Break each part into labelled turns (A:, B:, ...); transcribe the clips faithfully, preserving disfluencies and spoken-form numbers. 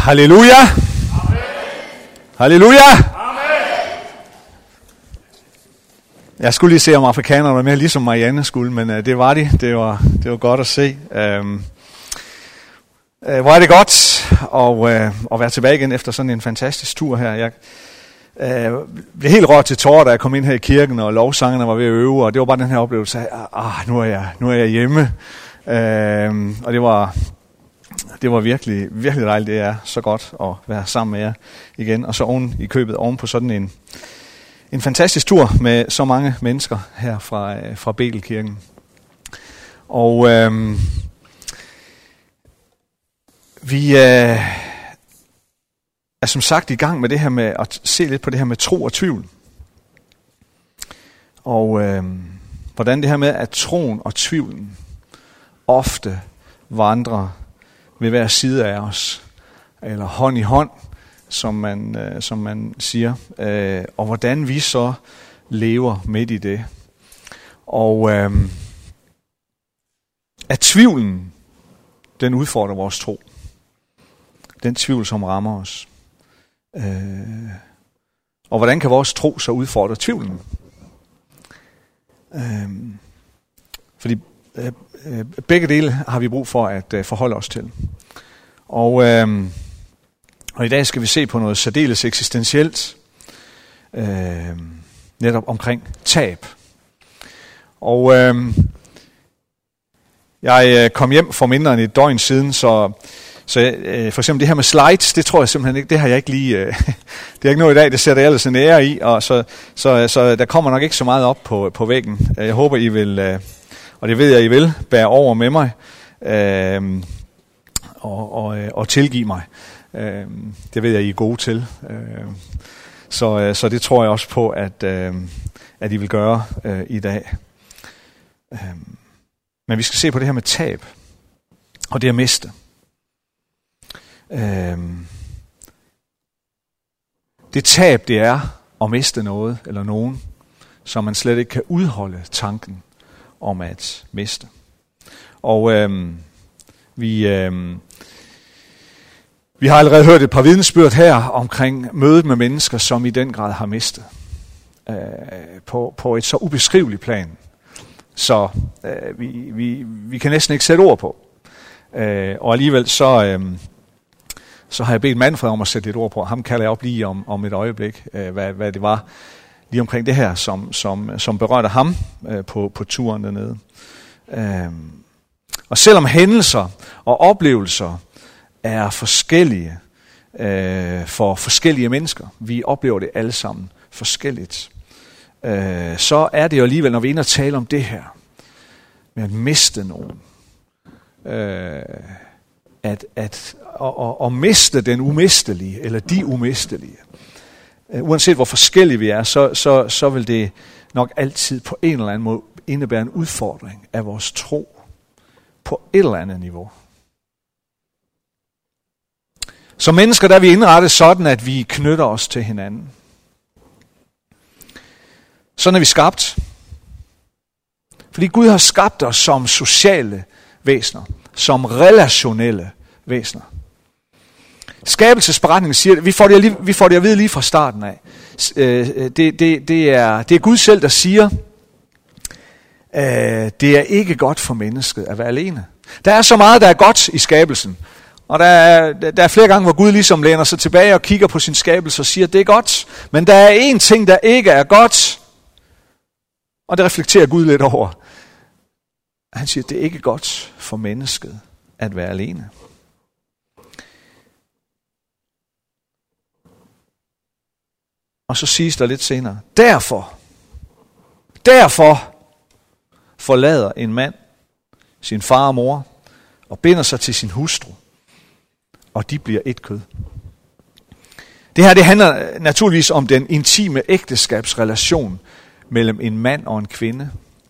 A: Halleluja! Amen. Halleluja! Amen. Jeg skulle lige se, om afrikanerne var mere ligesom Marianne skulle, men uh, det var de. Det var, det var godt at se. Um, uh, hvor er det godt at, uh, at være tilbage igen efter sådan en fantastisk tur her. Jeg uh, blev helt rørt til tårer, da jeg kom ind her i kirken, og lovsangerne var ved at øve, og det var bare den her oplevelse af, ah, nu er jeg, nu er jeg hjemme. Uh, og det var... Det var virkelig, virkelig dejligt. Det er så godt at være sammen med jer igen. Og så oven i købet oven på sådan en, en fantastisk tur med så mange mennesker her fra, fra Betelkirken. Og øhm, vi øh, er som sagt i gang med det her med at se lidt på det her med tro og tvivl. Og øhm, hvordan det her med, at troen og tvivlen ofte vandrer ved hver side af os, eller hånd i hånd, som man, øh, som man siger, øh, og hvordan vi så lever midt i det. Og øh, at tvivlen, den udfordrer vores tro. Den tvivl, som rammer os. Øh, og hvordan kan vores tro så udfordre tvivlen? Øh, fordi øh, Begge dele har vi brug for at uh, forholde os til. Og, uh, og i dag skal vi se på noget særdeles eksistentielt, uh, netop omkring tab. Og uh, jeg uh, kom hjem for mindre end et døgn siden, så, så uh, for eksempel det her med slides, det tror jeg simpelthen ikke, det har jeg ikke lige, uh, det er ikke noget i dag, det sætter jeg ellers en ære i, og så, så, så der kommer nok ikke så meget op på, på væggen. Jeg håber, I vil... Uh, Og det ved jeg, I vil bære over med mig øh, og, og, og tilgive mig. Øh, det ved jeg, I er gode til. Øh, så, så det tror jeg også på, at, øh, at I vil gøre øh, i dag. Øh, men vi skal se på det her med tab og det at miste. Øh, det tab, det er at miste noget eller nogen, som man slet ikke kan udholde tanken om at miste. Og øhm, vi, øhm, vi har allerede hørt et par vidnesbyrd her omkring mødet med mennesker, som i den grad har mistet. Øh, på, på et så ubeskriveligt plan. Så øh, vi, vi, vi kan næsten ikke sætte ord på. Øh, og alligevel så, øh, så har jeg bedt Manfred om at sætte lidt ord på. Ham kalder jeg op lige om, om et øjeblik, øh, hvad, hvad det var, lige omkring det her, som, som, som berørte ham øh, på, på turen dernede. Øhm, og selvom hændelser og oplevelser er forskellige øh, for forskellige mennesker, vi oplever det alle sammen forskelligt, øh, så er det jo alligevel, når vi er inde og tale om det her, med at miste nogen, øh, at, at, og, og, og miste den umistelige, eller de umistelige, uanset hvor forskellige vi er, så, så, så vil det nok altid på en eller anden måde indebære en udfordring af vores tro på et eller andet niveau. Som mennesker, der er vi indrettet sådan, at vi knytter os til hinanden. Sådan er vi skabt. Fordi Gud har skabt os som sociale væsener, som relationelle væsener. Skabelsesberetningen siger, at vi får det, lige, vi får det at vide lige fra starten af. Det, det, det, er, det er Gud selv, der siger, at det er ikke godt for mennesket at være alene. Der er så meget, der er godt i skabelsen. Og der er, der er flere gange, hvor Gud ligesom læner sig tilbage og kigger på sin skabelse og siger, at det er godt. Men der er en ting, der ikke er godt. Og det reflekterer Gud lidt over. Han siger, at det er ikke godt for mennesket at være alene. Og så siges der lidt senere, derfor, derfor forlader en mand sin far og mor og binder sig til sin hustru, og de bliver et kød. Det her, det handler naturligvis om den intime ægteskabsrelation mellem en mand og en kvinde.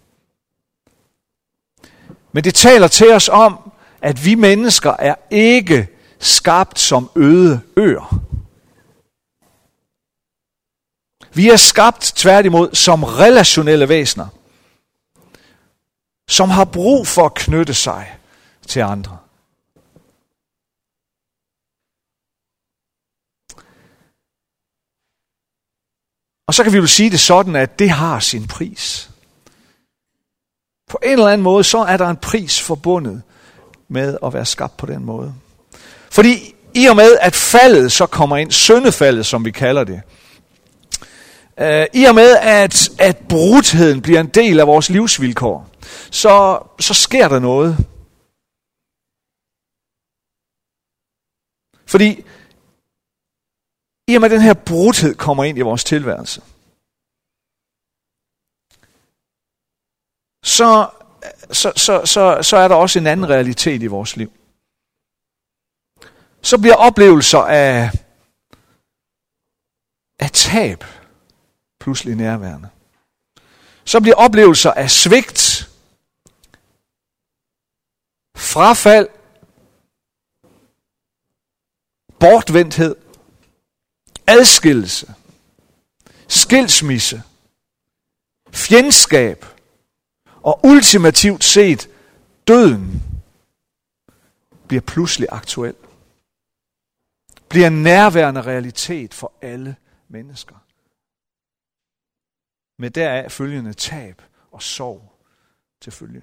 A: Men det taler til os om, at vi mennesker er ikke skabt som øde øer. Vi er skabt tværtimod som relationelle væsener, som har brug for at knytte sig til andre. Og så kan vi jo sige det sådan, at det har sin pris. På en eller anden måde, så er der en pris forbundet med at være skabt på den måde. Fordi i og med, at faldet så kommer ind, syndefaldet, som vi kalder det, øh, i og med, at, at brudheden bliver en del af vores livsvilkår, så, så sker der noget. Fordi i og med, at den her brudhed kommer ind i vores tilværelse, så, så, så, så, så er der også en anden realitet i vores liv. Så bliver oplevelser af, af tab pludselig nærværende. Så bliver oplevelser af svigt, frafald, bortvendthed, adskillelse, skilsmisse, fjendskab og ultimativt set døden bliver pludselig aktuel. Bliver en nærværende realitet for alle mennesker. Med deraf følgende tab og sorg til følge.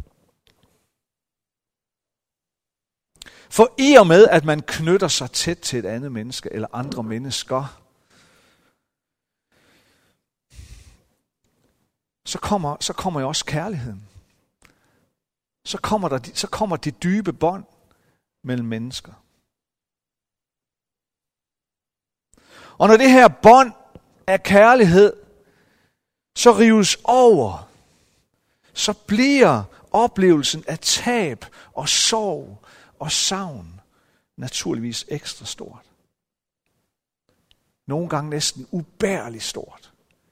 A: For i og med, at man knytter sig tæt til et andet menneske eller andre mennesker, så kommer, så kommer jo også kærligheden. Så kommer, der, så kommer de dybe bånd mellem mennesker. Og når det her bånd af kærlighed så rives over, så bliver oplevelsen af tab og sorg og savn naturligvis ekstra stort. Nogle gange næsten ubærligt stort.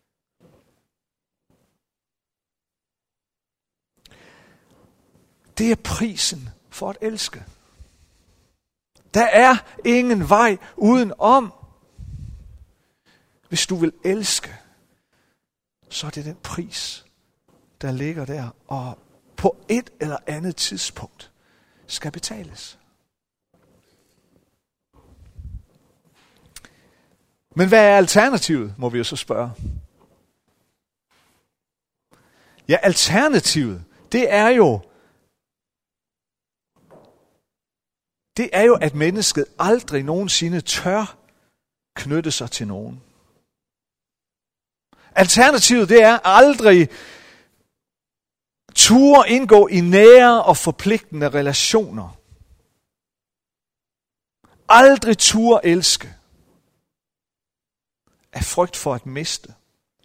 A: Det er prisen for at elske. Der er ingen vej uden om. Hvis du vil elske, så er det den pris, der ligger der, og på et eller andet tidspunkt skal betales. Men hvad er alternativet, må vi jo så spørge. Ja, alternativet, det er jo, det er jo, at mennesket aldrig nogensinde tør knytte sig til nogen. Alternativet, det er aldrig turde indgå i nære og forpligtende relationer. Aldrig turde elske. Af frygt for at miste.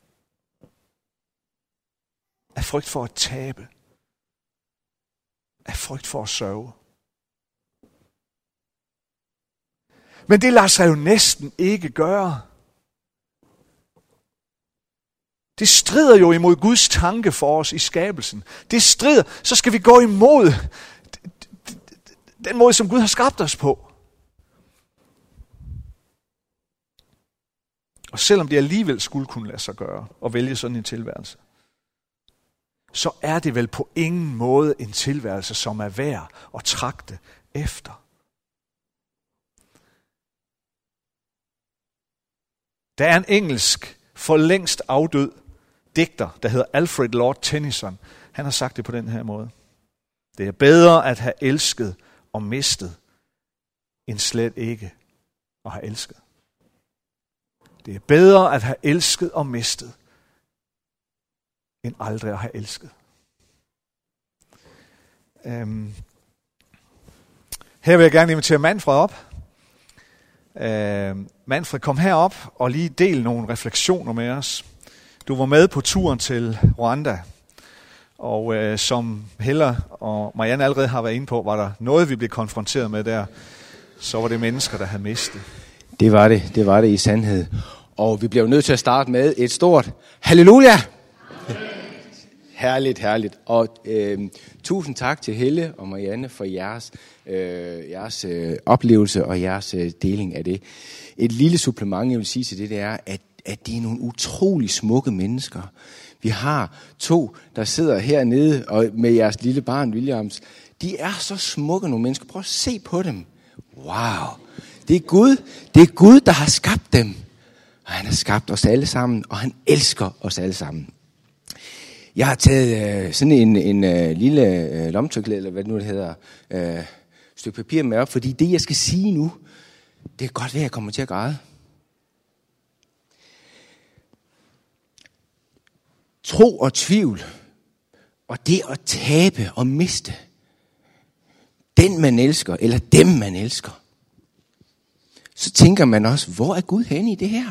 A: Af frygt for at tabe. Af frygt for at sørge. Men det lader sig jo næsten ikke gøre. Det strider jo imod Guds tanke for os i skabelsen. Det strider, så skal vi gå imod den måde, som Gud har skabt os på. Og selvom det alligevel skulle kunne lade sig gøre og vælge sådan en tilværelse, så er det vel på ingen måde en tilværelse, som er værd at tragte efter. Der er en engelsk, for længst afdød digter, der hedder Alfred Lord Tennyson. Han har sagt det på den her måde. Det er bedre at have elsket og mistet, end slet ikke at have elsket. Det er bedre at have elsket og mistet, end aldrig at have elsket. Øhm. Her vil jeg gerne invitere Manfred op. Øhm. Manfred, kom herop og lige del nogle refleksioner med os. Du var med på turen til Rwanda, og øh, som Hella og Marianne allerede har været inde på, var der noget, vi blev konfronteret med der, så var det mennesker, der havde mistet.
B: Det var det, det var det i sandhed. Og vi blev nødt til at starte med et stort halleluja! Herligt, herligt. Og øh, tusind tak til Helle og Marianne for jeres, øh, jeres øh, oplevelse og jeres øh, deling af det. Et lille supplement, jeg vil sige til det, det er, at, at det er nogle utrolig smukke mennesker. Vi har to, der sidder hernede og med jeres lille barn, Williams. De er så smukke nogle mennesker. Prøv at se på dem. Wow. Det er Gud, det er Gud, der har skabt dem. Og han har skabt os alle sammen, og han elsker os alle sammen. Jeg har taget øh, sådan en, en øh, lille øh, lommetørklæde, eller hvad det nu det hedder, øh, stykke papir med op, fordi det, jeg skal sige nu, det er godt være, at jeg kommer til at græde. Tro og tvivl, og det at tabe og miste den, man elsker, eller dem, man elsker, så tænker man også, hvor er Gud henne i det her?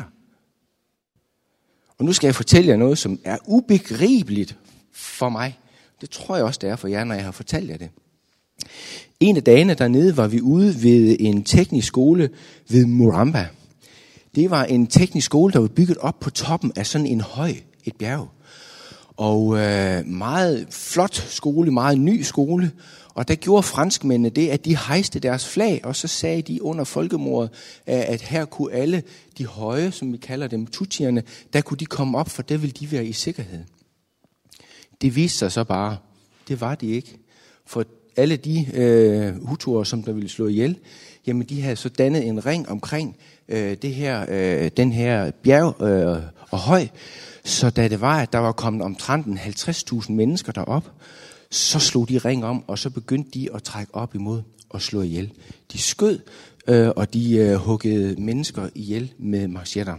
B: Og nu skal jeg fortælle jer noget, som er ubegribeligt for mig. Det tror jeg også, det er for jer, når jeg har fortalt jer det. En af dagene dernede var vi ude ved en teknisk skole ved Muramba. Det var en teknisk skole, der var bygget op på toppen af sådan en høj, et bjerg. Og øh, meget flot skole, meget ny skole. Og der gjorde franskmændene det, at de hejste deres flag, og så sagde de under folkemordet, at her kunne alle de høje, som vi kalder dem, tutsierne, der kunne de komme op, for der ville de være i sikkerhed. Det viste sig så bare, det var de ikke. For alle de øh, hutuer, som der ville slå ihjel, jamen de havde så dannet en ring omkring øh, det her, øh, den her bjerg øh, og høj. Så da det var, at der var kommet omtrent halvtreds tusind mennesker derop, så slog de ring om, og så begyndte de at trække op imod og slå ihjel. De skød, øh, og de øh, huggede mennesker ihjel med machetter.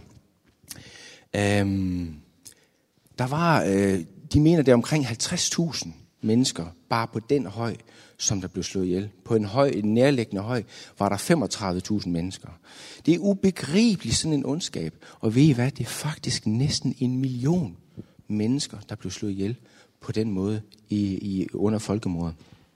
B: Øhm, der var, øh, de mener, det er omkring halvtreds tusind mennesker, bare på den høj, som der blev slået ihjel. På en høj, en nærliggende høj, var der femogtredive tusind mennesker. Det er ubegribeligt sådan en ondskab. Og ved I hvad, det er faktisk næsten en million mennesker, der blev slået ihjel på den måde i, i under folkemordet.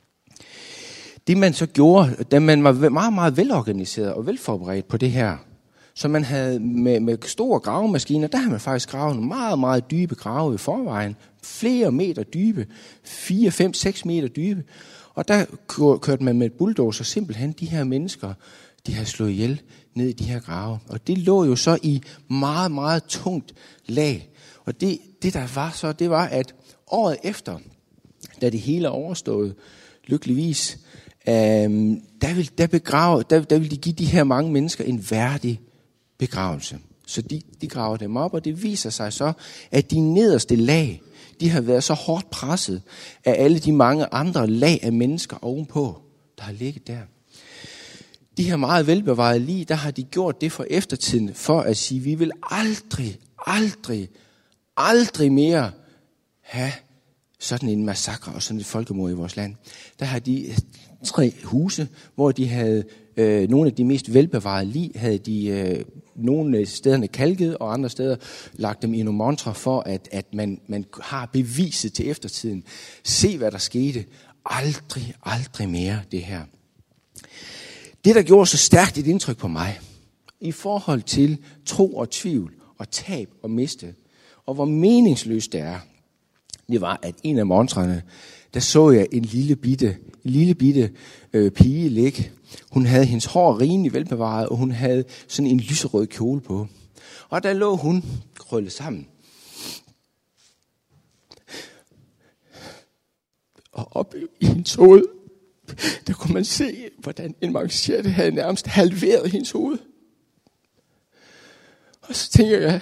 B: Det man så gjorde, da man var meget, meget velorganiseret og velforberedt på det her, så man havde med, med store gravemaskiner, der havde man faktisk gravet nogle meget, meget dybe grave i forvejen. Flere meter dybe, fire, fem, seks meter dybe. Og der kørte man med et bulldozer simpelthen de her mennesker, de havde slået ihjel ned i de her grave. Og det lå jo så i meget, meget tungt lag. Og det, det der var så, det var, at året efter, da det hele er overstået, lykkeligvis, øhm, der, vil, der, begrave, der, der vil de give de her mange mennesker en værdig begravelse. Så de, de graver dem op, og det viser sig så, at de nederste lag, de har været så hårdt presset af alle de mange andre lag af mennesker ovenpå, der har ligget der. De her meget velbevarede lig, der har de gjort det for eftertiden, for at sige, vi vil aldrig, aldrig, aldrig mere have sådan en massakre og sådan et folkemord i vores land. Der har de tre huse, hvor de havde øh, nogle af de mest velbevarede lig, havde de øh, nogle af stederne kalket, og andre steder lagt dem i nogle montrer for, at, at man, man har beviset til eftertiden. Se, hvad der skete. Aldrig, aldrig mere det her. Det, der gjorde så stærkt et indtryk på mig, i forhold til tro og tvivl, og tab og miste, og hvor meningsløst det er, det var, at en af montrene, der så jeg en lille bitte, en lille bitte øh, pige ligge. Hun havde hendes hår rimelig velbevaret, og hun havde sådan en lyserød kjole på. Og der lå hun krøllet sammen. Og op i hendes hoved, der kunne man se, hvordan en manchette havde nærmest halveret hendes hoved. Og så tænker jeg,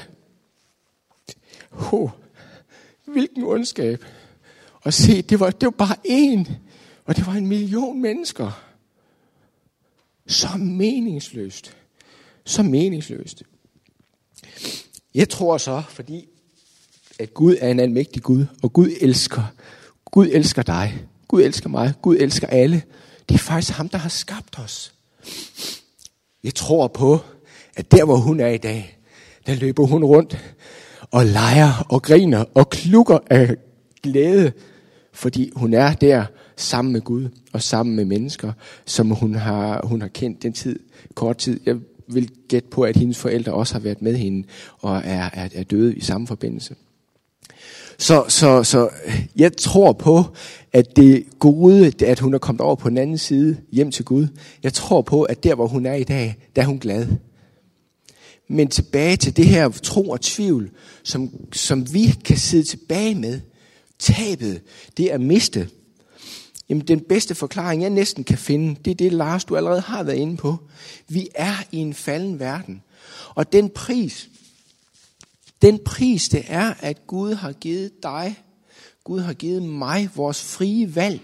B: oh, hvilken ondskab. Og se, det var, det var bare én, og det var en million mennesker. Så meningsløst. Så meningsløst. Jeg tror så, fordi at Gud er en almægtig Gud, og Gud elsker. Gud elsker dig. Gud elsker mig. Gud elsker alle. Det er faktisk ham, der har skabt os. Jeg tror på, at der hvor hun er i dag, der løber hun rundt og leger og griner og klukker af glæde, fordi hun er der sammen med Gud og sammen med mennesker, som hun har, hun har kendt den tid, kort tid. Jeg vil gætte på, at hendes forældre også har været med hende og er, er, er døde i samme forbindelse. Så, så, så jeg tror på, at det gode, at hun er kommet over på den anden side hjem til Gud. Jeg tror på, at der hvor hun er i dag, der er hun glad. Men tilbage til det her tro og tvivl, som, som vi kan sidde tilbage med, tabet, det er miste. Jamen den bedste forklaring, jeg næsten kan finde, det er det, Lars, du allerede har været inde på. Vi er i en falden verden. Og den pris, Den pris, det er, at Gud har givet dig, Gud har givet mig vores frie valg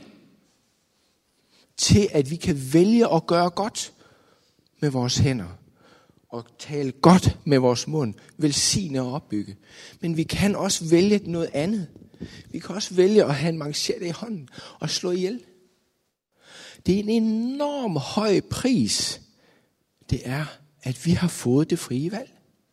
B: til, at vi kan vælge at gøre godt med vores hænder og tale godt med vores mund, velsigne og opbygge. Men vi kan også vælge noget andet. Vi kan også vælge at have en manchette i hånden og slå ihjel. Det er en enorm høj pris, det er, at vi har fået det frie valg.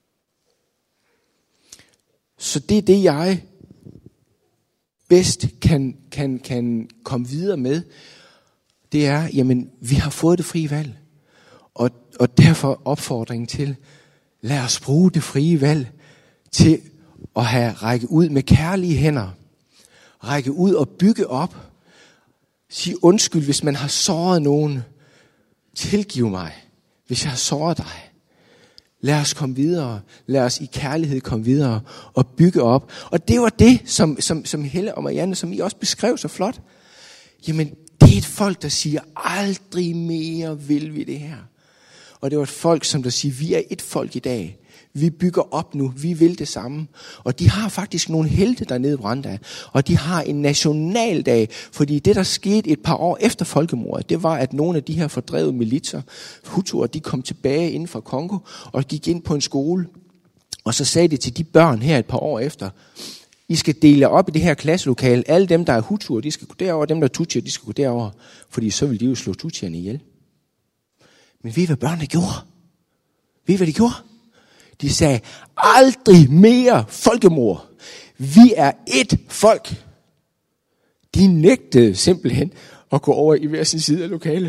B: Så det er det, jeg bedst kan, kan, kan komme videre med. Det er, jamen, vi har fået det frie valg. Og, og derfor opfordringen til, lad os bruge det frie valg til at have række ud med kærlige hænder. Række ud og bygge op. Sig undskyld, hvis man har såret nogen. Tilgiv mig, hvis jeg har såret dig. Lad os komme videre. Lad os i kærlighed komme videre og bygge op. Og det var det, som, som, som Helle og Marianne, som I også beskrev så flot. Jamen, det er et folk, der siger, aldrig mere vil vi det her. Og det var et folk, som der siger, vi er et folk i dag. Vi bygger op nu, vi vil det samme. Og de har faktisk nogle helte dernede i Rwanda. Og de har en nationaldag, fordi det, der skete et par år efter folkemordet, det var, at nogle af de her fordrevede militser, Hutuer, de kom tilbage inden fra Kongo og gik ind på en skole. Og så sagde de til de børn her et par år efter, I skal dele op i det her klasselokale. Alle dem, der er Hutuer, de skal gå derover, dem, der er Tutsier, de skal gå derover. Fordi så vil de jo slå Tutsierne ihjel. Men ved I, hvad børnene gjorde? Ved I, hvad de gjorde? De sagde, aldrig mere folkemord. Vi er ét folk. De nægtede simpelthen at gå over i hver sin side af lokalet.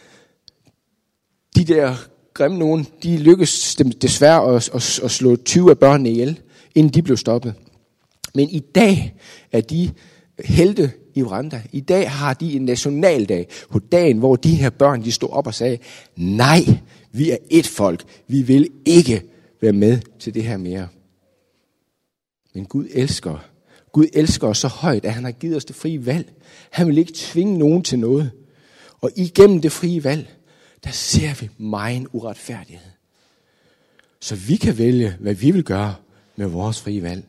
B: De der grimme nogen, de lykkedes dem desværre at, at, at slå tyve af børnene ihjel, inden de blev stoppet. Men i dag er de helte i Rwanda. I dag har de en nationaldag på dagen, hvor de her børn, de stod op og sagde, nej, vi er ét folk. Vi vil ikke være med til det her mere. Men Gud elsker. Gud elsker os så højt, at han har givet os det frie valg. Han vil ikke tvinge nogen til noget. Og igennem det frie valg, der ser vi megen uretfærdighed. Så vi kan vælge, hvad vi vil gøre med vores frie valg.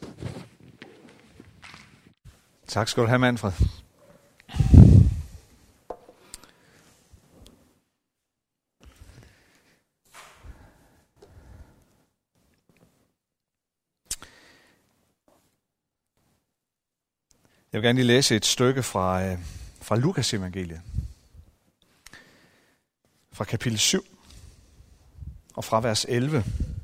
A: Tak skal du have, Manfred. Jeg vil gerne lige læse et stykke fra, øh, fra Lukas evangeliet. Fra kapitel syv og fra vers elleve.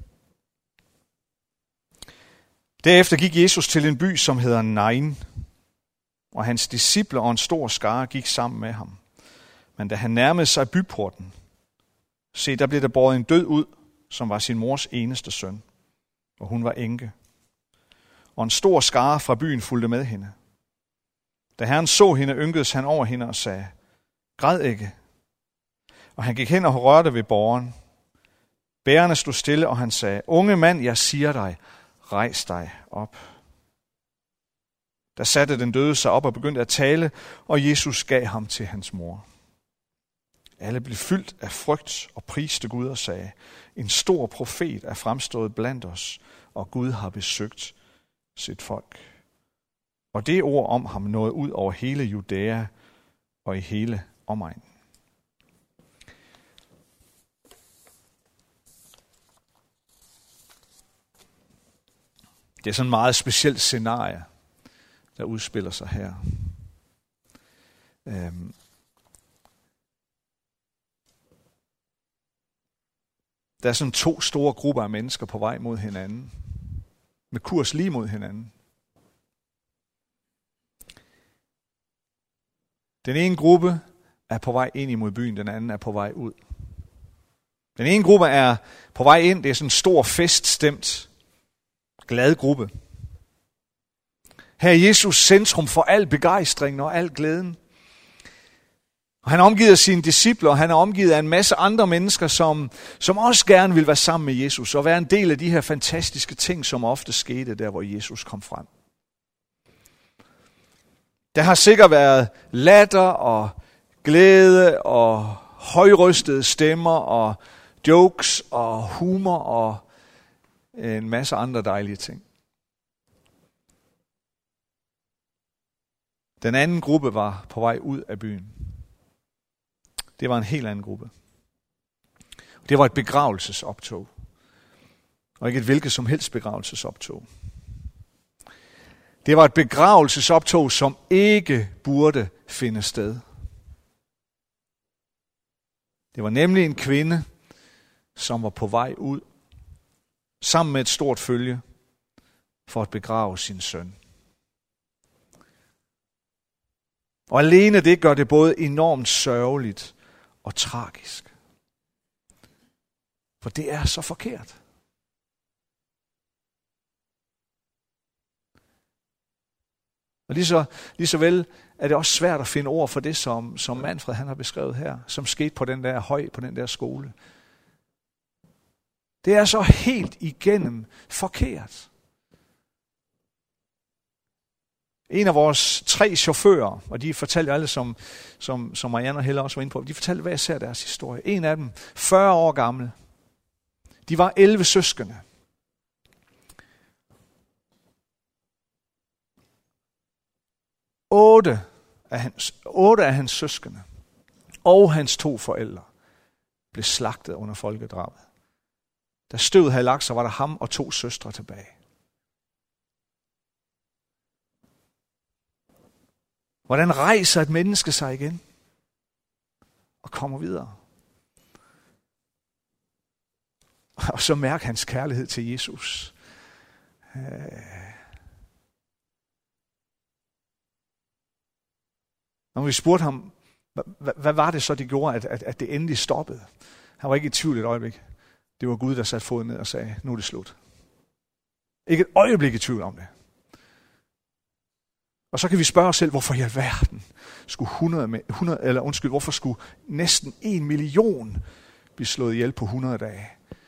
A: Derefter gik Jesus til en by, som hedder Nain, og hans disciple og en stor skare gik sammen med ham. Men da han nærmede sig byporten, se, der blev der båret en død ud, som var sin mors eneste søn, og hun var enke. Og en stor skare fra byen fulgte med hende. Da Herren så hende, ynkedes han over hende og sagde, græd ikke. Og han gik hen og rørte ved båren. Bærerne stod stille, og han sagde, unge mand, jeg siger dig, rejs dig op. Der satte den døde sig op og begyndte at tale, og Jesus gav ham til hans mor. Alle blev fyldt af frygt og priste Gud og sagde, en stor profet er fremstået blandt os, og Gud har besøgt sit folk. Og det ord om ham nåede ud over hele Judæa og i hele omegnen. Det er sådan et meget specielt scenarie, der udspiller sig her. Øhm. Der er sådan to store grupper af mennesker på vej mod hinanden, med kurs lige mod hinanden. Den ene gruppe er på vej ind imod byen, den anden er på vej ud. Den ene gruppe er på vej ind, det er sådan en stor feststemt, glad gruppe. Her er Jesus centrum for al begejstringen og al glæden. Og han er omgivet af sine disciple, og han er omgivet af en masse andre mennesker, som, som også gerne vil være sammen med Jesus, og være en del af de her fantastiske ting, som ofte skete der, hvor Jesus kom frem. Der har sikkert været latter og glæde og højrystede stemmer og jokes og humor og en masse andre dejlige ting. Den anden gruppe var på vej ud af byen. Det var en helt anden gruppe. Det var et begravelsesoptog. Og ikke et hvilket som helst begravelsesoptog. Det var et begravelsesoptog, som ikke burde finde sted. Det var nemlig en kvinde, som var på vej ud, sammen med et stort følge, for at begrave sin søn. Og alene det gør det både enormt sørgeligt og tragisk. For det er så forkert. Og lige så, lige så vel er det også svært at finde ord for det, som, som Manfred han har beskrevet her, som skete på den der høj, på den der skole. Det er så helt igennem forkert. En af vores tre chauffører, og de fortalte alle, som, som, som Marianne og Helle også var inde på, de fortalte hver især deres historie. En af dem, fyrre år gammel. De var elleve søskende. Otte af hans, otte af hans søskende og hans to forældre blev slagtet under folkedrabet. Da støvet havde lagt sig, var der ham og to søstre tilbage. Hvordan rejser et menneske sig igen og kommer videre? Og så mærker hans kærlighed til Jesus. Når vi spurgte ham, hvad, hvad var det så, det gjorde, at, at, at det endelig stoppede? Han var ikke i tvivl et øjeblik. Det var Gud, der satte foden ned og sagde, nu er det slut. Ikke et øjeblik i tvivl om det. Og så kan vi spørge os selv, hvorfor i alverden skulle hundrede, med, hundrede eller undskyld, hvorfor skulle næsten en million blive slået ihjel på hundrede dage?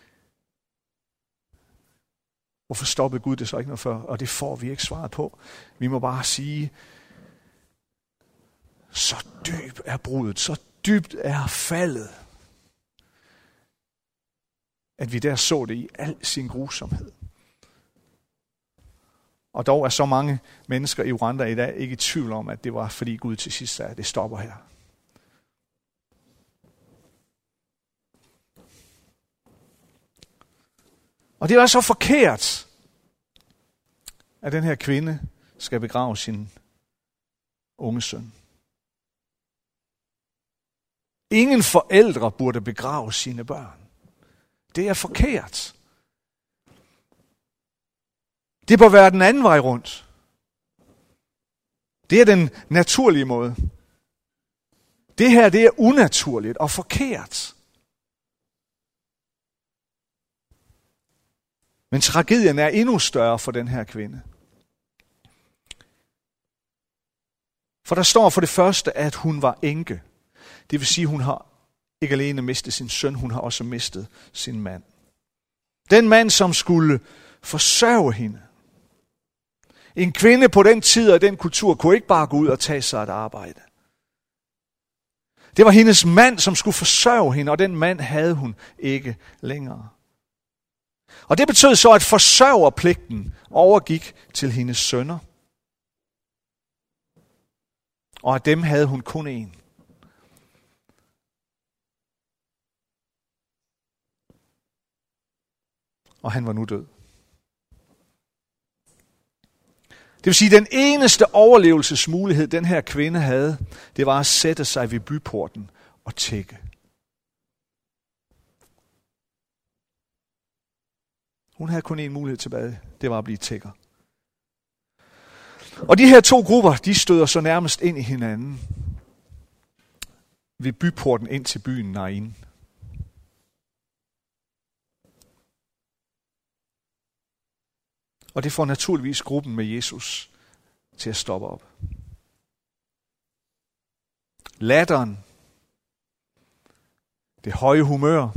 A: Hvorfor stoppede Gud det så ikke noget før? Og det får vi ikke svaret på. Vi må bare sige, så dyb er bruddet, så dybt er faldet, at vi der så det i al sin grusomhed. Og dog er så mange mennesker i Uganda i dag ikke i tvivl om, at det var fordi Gud til sidst sagde, at det stopper her. Og det er så forkert, at den her kvinde skal begrave sin unge søn. Ingen forældre burde begrave sine børn. Det er forkert. Det bør være den anden vej rundt. Det er den naturlige måde. Det her, det er unaturligt og forkert. Men tragedien er endnu større for den her kvinde. For der står for det første, at hun var enke. Det vil sige, at hun har ikke alene mistet sin søn, hun har også mistet sin mand. Den mand, som skulle forsørge hende. En kvinde på den tid og den kultur kunne ikke bare gå ud og tage sig et arbejde. Det var hendes mand, som skulle forsørge hende, og den mand havde hun ikke længere. Og det betød så, at forsørgerpligten overgik til hendes sønner. Og af dem havde hun kun én. Og han var nu død. Det vil sige, at den eneste overlevelsesmulighed, den her kvinde havde, det var at sætte sig ved byporten og tigge. Hun havde kun én mulighed tilbage, det var at blive tigger. Og de her to grupper, de støder så nærmest ind i hinanden ved byporten ind til byen Nain. Og det får naturligvis gruppen med Jesus til at stoppe op. Latteren, det høje humør,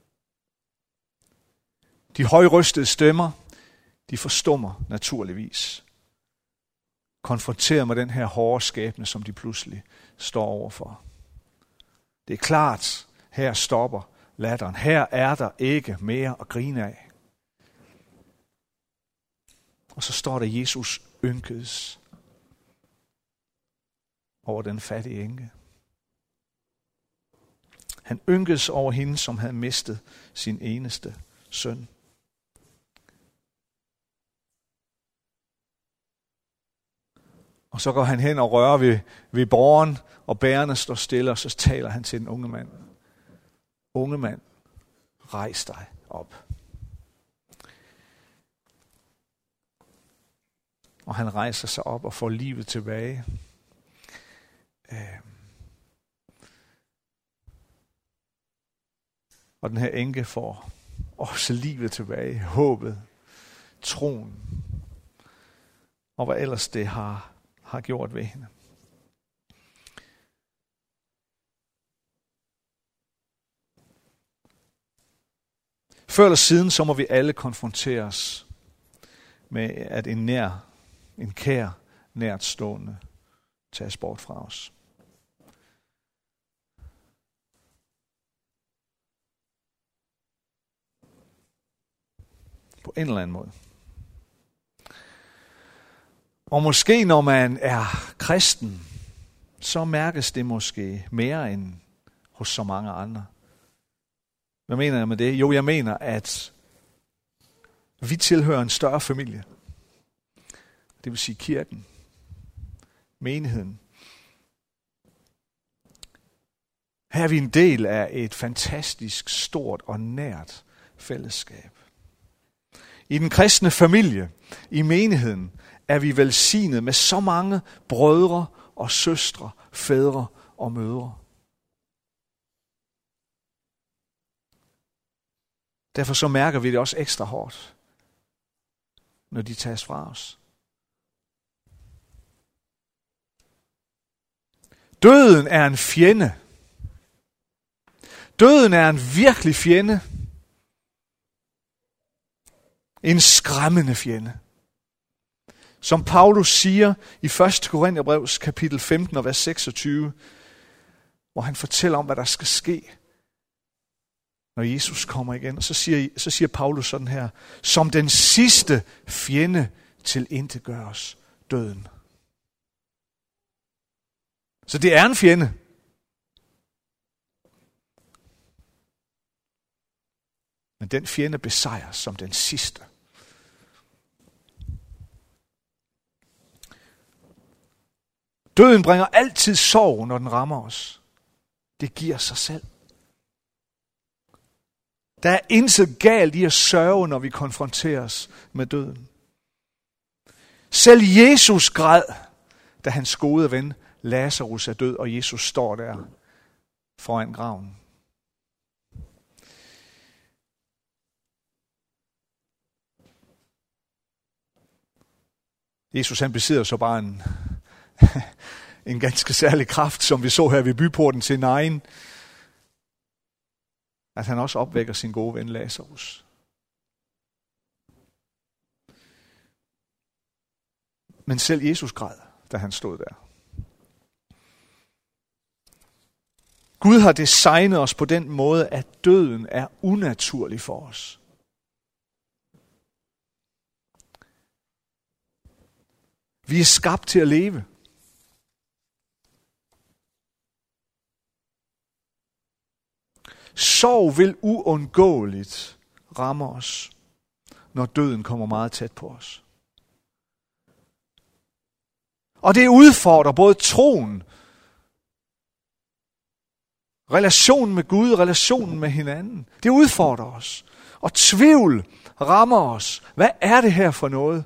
A: de højrystede stemmer, de forstummer naturligvis. Konfronteret med den her hårde skæbne, som de pludselig står overfor. Det er klart, her stopper latteren. Her er der ikke mere at grine af. Og så står der, Jesus ynkedes over den fattige enke. Han ynkedes over hende, som havde mistet sin eneste søn. Og så går han hen og rører ved, ved borgeren, og bærerne står stille, og så taler han til den unge mand. Unge mand, rejs dig op. Og han rejser sig op og får livet tilbage. Øh. Og den her enke får også livet tilbage, håbet, troen, og hvad ellers det har, har gjort ved hende. Før eller siden, så må vi alle konfronteres med, at en nær, en kær, nærtstående tages bort fra os. På en eller anden måde. Og måske når man er kristen, så mærkes det måske mere end hos så mange andre. Hvad mener jeg med det? Jo, jeg mener, at vi tilhører en større familie. Det vil sige kirken, menigheden. Her er vi en del af et fantastisk, stort og nært fællesskab. I den kristne familie, i menigheden, er vi velsignet med så mange brødre og søstre, fædre og mødre. Derfor så mærker vi det også ekstra hårdt, når de tages fra os. Døden er en fjende. Døden er en virkelig fjende. En skræmmende fjende. Som Paulus siger i første Korintherbrev kapitel femten og vers seksogtyve, hvor han fortæller om, hvad der skal ske, når Jesus kommer igen. Og så siger, så siger Paulus sådan her, som den sidste fjende tilintetgøres døden. Så det er en fjende. Men den fjende besejres som den sidste. Døden bringer altid sorg, når den rammer os. Det giver sig selv. Der er intet galt i at sørge, når vi konfronteres med døden. Selv Jesus græd, da hans gode ven Lazarus er død, og Jesus står der foran graven. Jesus han besidder så bare en, en ganske særlig kraft, som vi så her ved byporten til Nain, at han også opvækker sin gode ven Lazarus. Men selv Jesus græd, da han stod der. Gud har designet os på den måde, at døden er unaturlig for os. Vi er skabt til at leve. Sorg vil uundgåeligt ramme os, når døden kommer meget tæt på os. Og det udfordrer både troen, relationen med Gud, relationen med hinanden. Det udfordrer os. Og tvivl rammer os. Hvad er det her for noget?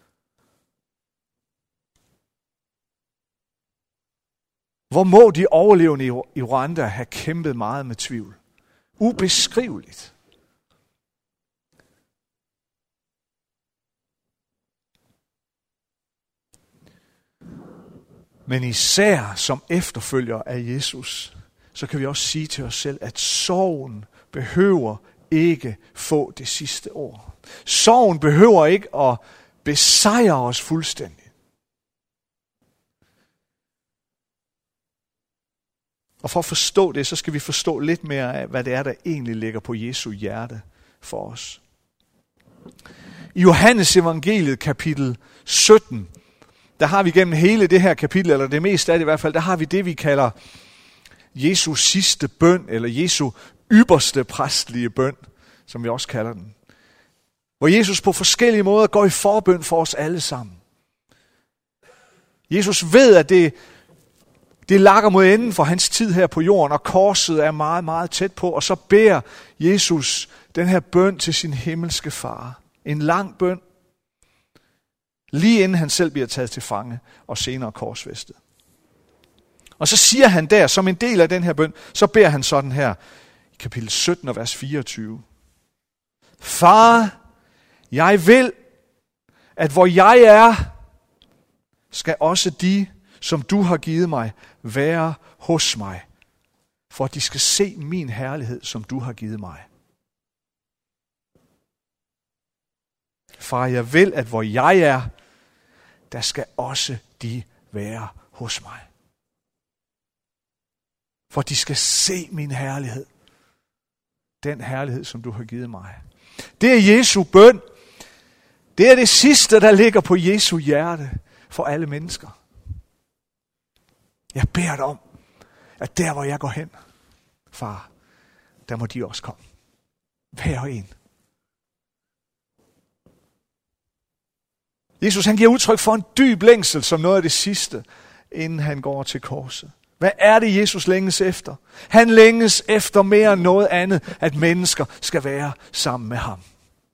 A: Hvor må de overlevende i Rwanda have kæmpet meget med tvivl? Ubeskriveligt. Men især som efterfølger af Jesus, så kan vi også sige til os selv, at sorgen behøver ikke få det sidste ord. Sorgen behøver ikke at besejre os fuldstændig. Og for at forstå det, så skal vi forstå lidt mere af, hvad det er, der egentlig ligger på Jesu hjerte for os. I Johannes evangeliet kapitel sytten, der har vi gennem hele det her kapitel, eller det meste af det i hvert fald, der har vi det, vi kalder Jesus sidste bøn, eller Jesu ypperste præstlige bøn, som vi også kalder den. Hvor Jesus på forskellige måder går i forbøn for os alle sammen. Jesus ved, at det, det lakker mod enden for hans tid her på jorden, og korset er meget, meget tæt på, og så beder Jesus den her bøn til sin himmelske far. En lang bøn, lige inden han selv bliver taget til fange og senere korsfæstet. Og så siger han der, som en del af den her bøn, så beder han sådan her, i kapitel sytten og vers fireogtyve. Far, jeg vil, at hvor jeg er, skal også de, som du har givet mig, være hos mig, for at de skal se min herlighed, som du har givet mig. Far, jeg vil, at hvor jeg er, der skal også de være hos mig. For de skal se min herlighed. Den herlighed, som du har givet mig. Det er Jesu bøn. Det er det sidste, der ligger på Jesu hjerte for alle mennesker. Jeg beder dig om, at der hvor jeg går hen, far, der må de også komme. Hver og en. Jesus han giver udtryk for en dyb længsel som noget af det sidste, inden han går til korset. Hvad er det, Jesus længes efter? Han længes efter mere end noget andet, at mennesker skal være sammen med ham.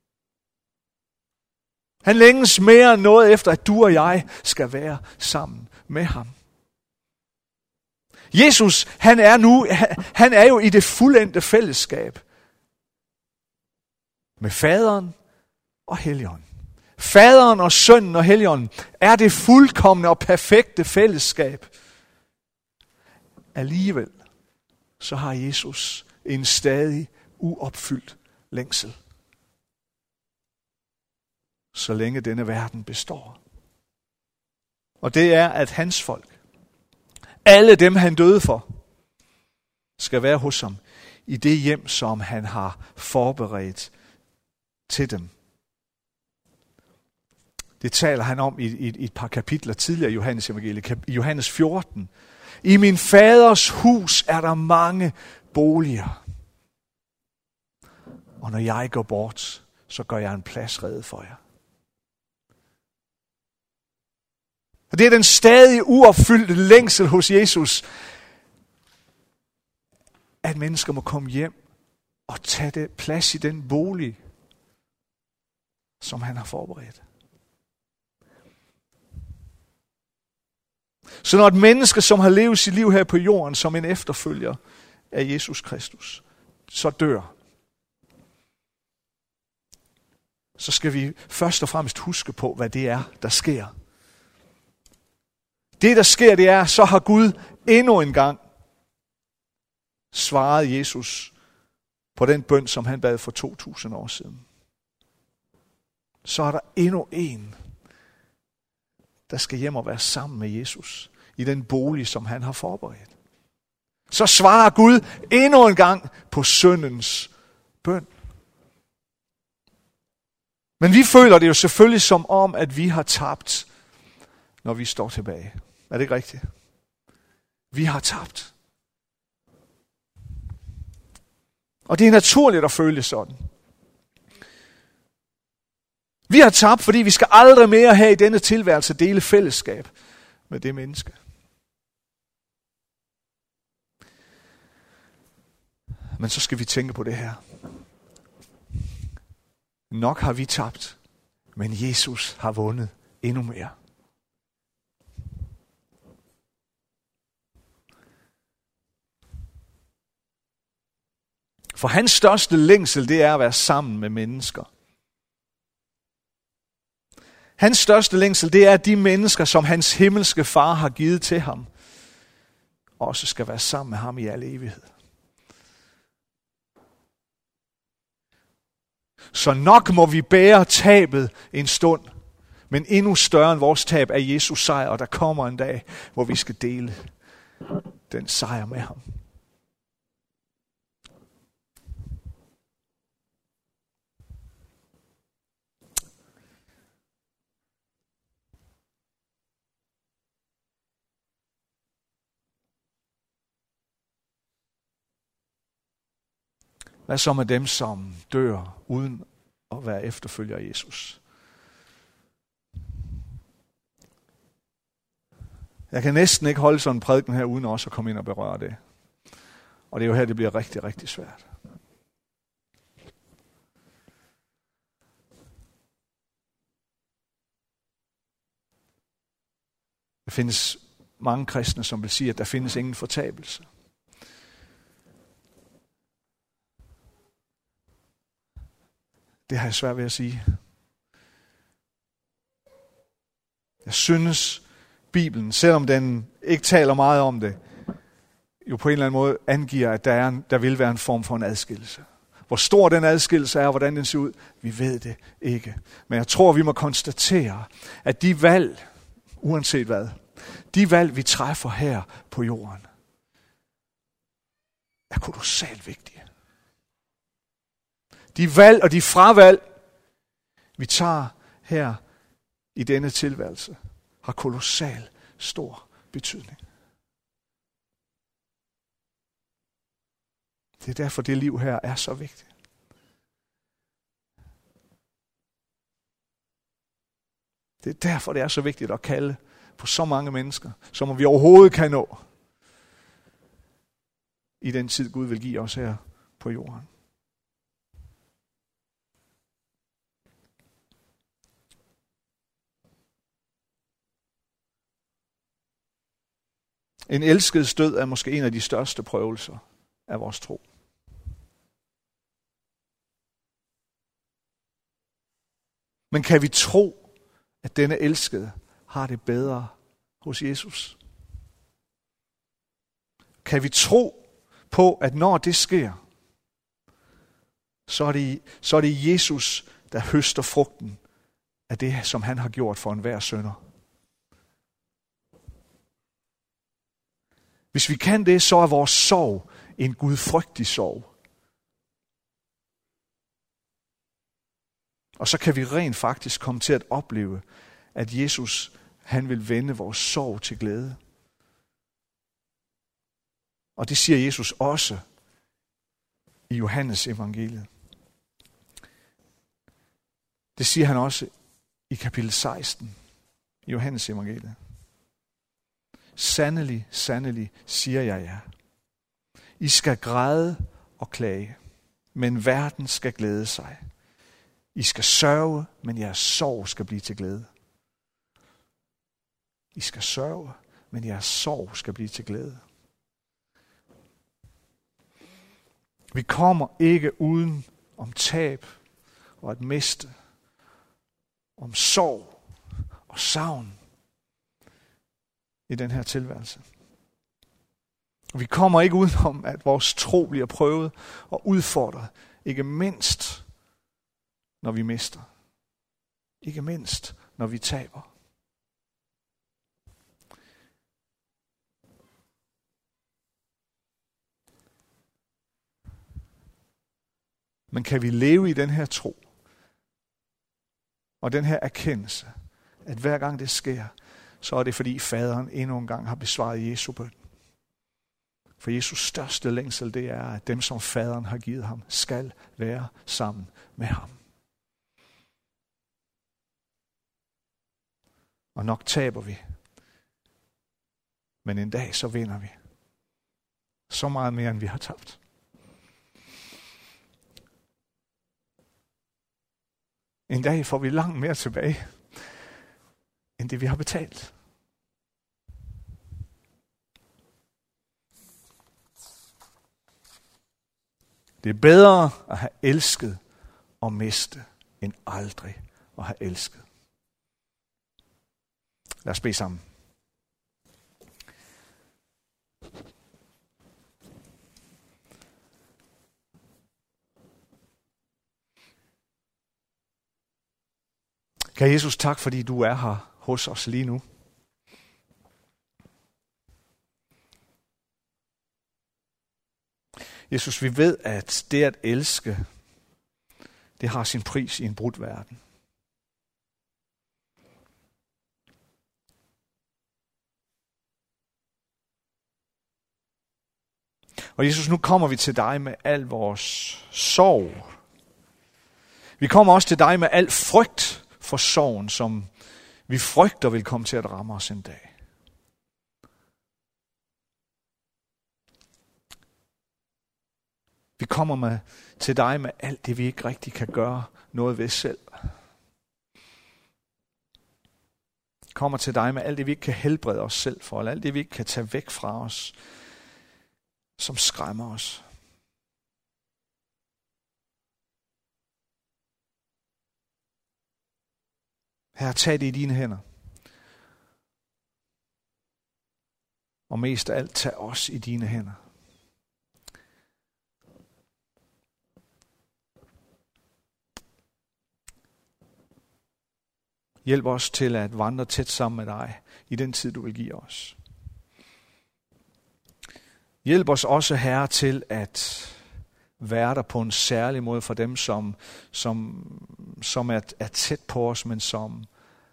A: Han længes mere end noget efter, at du og jeg skal være sammen med ham. Jesus, han er nu, han er jo i det fuldendte fællesskab med faderen og Helligånden. Faderen og sønnen og Helligånden er det fuldkomne og perfekte fællesskab. Alligevel så har Jesus en stadig uopfyldt længsel. Så længe denne verden består. Og det er, at hans folk, alle dem han døde for, skal være hos ham i det hjem, som han har forberedt til dem. Det taler han om i, i, i et par kapitler tidligere i Johannes evangeliet, i Johannes fjorten. I min faders hus er der mange boliger. Og når jeg går bort, så gør jeg en plads rede for jer. Og det er den stadig uopfyldte længsel hos Jesus, at mennesker må komme hjem og tage det plads i den bolig, som han har forberedt. Så når et menneske, som har levet sit liv her på jorden som en efterfølger af Jesus Kristus, så dør, så skal vi først og fremmest huske på, hvad det er, der sker. Det, der sker, det er, så har Gud endnu en gang svaret Jesus på den bøn, som han bad for to tusind år siden. Så er der endnu en, der skal hjem og være sammen med Jesus i den bolig, som han har forberedt. Så svarer Gud endnu en gang på syndens bøn. Men vi føler det jo selvfølgelig som om, at vi har tabt, når vi står tilbage. Er det ikke rigtigt? Vi har tabt. Og det er naturligt at føle det sådan. Vi har tabt, fordi vi skal aldrig mere have i denne tilværelse dele fællesskab med det menneske. Men så skal vi tænke på det her. Nok har vi tabt, men Jesus har vundet endnu mere. For hans største længsel, det er at være sammen med mennesker. Hans største længsel, det er, at de mennesker, som hans himmelske far har givet til ham, også skal være sammen med ham i al evighed. Så nok må vi bære tabet en stund, men endnu større end vores tab er Jesus sejr, og der kommer en dag, hvor vi skal dele den sejr med ham. Hvad så med dem, som dør uden at være efterfølger af Jesus? Jeg kan næsten ikke holde sådan en prædiken her, uden også at komme ind og berøre det. Og det er jo her, det bliver rigtig, rigtig svært. Der findes mange kristne, som vil sige, at der findes ingen fortabelse. Det har jeg svært ved at sige. Jeg synes, Bibelen, selvom den ikke taler meget om det, jo på en eller anden måde angiver, at der, er en, der vil være en form for en adskillelse. Hvor stor den adskillelse er, og hvordan den ser ud, vi ved det ikke. Men jeg tror, vi må konstatere, at de valg, uanset hvad, de valg, vi træffer her på jorden, er kolossalt vigtige. De valg og de fravalg, vi tager her i denne tilværelse, har kolossal stor betydning. Det er derfor, det liv her er så vigtigt. Det er derfor, det er så vigtigt at kalde på så mange mennesker, som vi overhovedet kan nå i den tid, Gud vil give os her på jorden. En elskets død er måske en af de største prøvelser af vores tro. Men kan vi tro, at denne elskede har det bedre hos Jesus? Kan vi tro på, at når det sker, så er det, så er det Jesus, der høster frugten af det, som han har gjort for enhver synder? Hvis vi kan det, så er vores sorg en gudfrygtig sorg. Og så kan vi rent faktisk komme til at opleve, at Jesus, han vil vende vores sorg til glæde. Og det siger Jesus også i Johannes evangeliet. Det siger han også i kapitel seksten i Johannes evangeliet. Sandelig, sandelig, siger jeg jer. I skal græde og klage, men verden skal glæde sig. I skal sørge, men jeres sorg skal blive til glæde. I skal sørge, men jeres sorg skal blive til glæde. Vi kommer ikke uden om tab og at miste, om sorg og savn i den her tilværelse. Vi kommer ikke udenom, at vores tro bliver prøvet og udfordret, ikke mindst når vi mister. Ikke mindst når vi taber. Men kan vi leve i den her tro og den her erkendelse, at hver gang det sker, så er det fordi faderen endnu en gang har besvaret Jesu bøn. For Jesus største længsel, det er, at dem som faderen har givet ham, skal være sammen med ham. Og nok taber vi, men en dag så vinder vi. Så meget mere, end vi har tabt. En dag får vi langt mere tilbage, end det vi har betalt. Det er bedre at have elsket og miste, end aldrig at have elsket. Lad os bede sammen. Kære Jesus, tak fordi du er her hos os lige nu. Jesus, vi ved, at det at elske, det har sin pris i en brudt verden. Og Jesus, nu kommer vi til dig med al vores sorg. Vi kommer også til dig med al frygt for sorgen, som vi frygter vil komme til at ramme os en dag. Vi kommer med, til dig med alt det, vi ikke rigtig kan gøre noget ved selv. Vi kommer til dig med alt det, vi ikke kan helbrede os selv for, eller alt det, vi ikke kan tage væk fra os, som skræmmer os. Herre, tag det i dine hænder. Og mest af alt, tag os i dine hænder. Hjælp os til at vandre tæt sammen med dig i den tid, du vil give os. Hjælp os også, Herre, til at være der på en særlig måde for dem, som, som, som er, er tæt på os, men som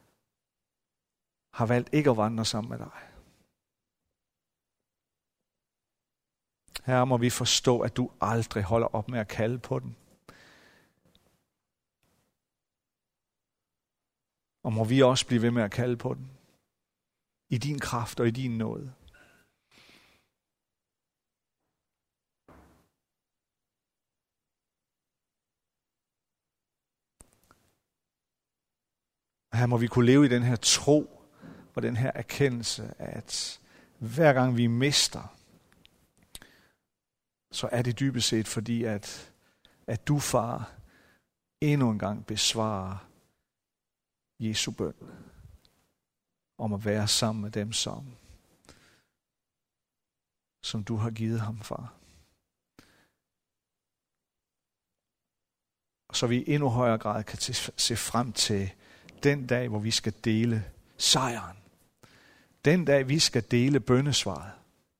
A: har valgt ikke at vandre sammen med dig. Herre, må vi forstå, at du aldrig holder op med at kalde på dem. Og må vi også blive ved med at kalde på den. I din kraft og i din nåde. Her må vi kunne leve i den her tro og den her erkendelse, at hver gang vi mister, så er det dybest set fordi, at, at du, far, endnu en gang besvarer Jesu bøn om at være sammen med dem, som, som du har givet ham, far. Og så vi i endnu højere grad kan se frem til den dag, hvor vi skal dele sejren. Den dag, vi skal dele bønnesvaret.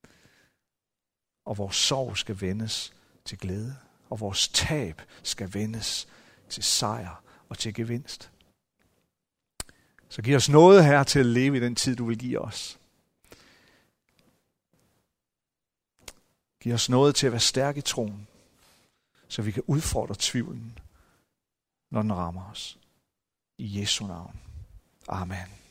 A: Og vores sorg skal vendes til glæde. Og vores tab skal vendes til sejr og til gevinst. Så giv os noget her til at leve i den tid, du vil give os. Giv os noget til at være stærk i troen, så vi kan udfordre tvivlen, når den rammer os. I Jesu navn. Amen.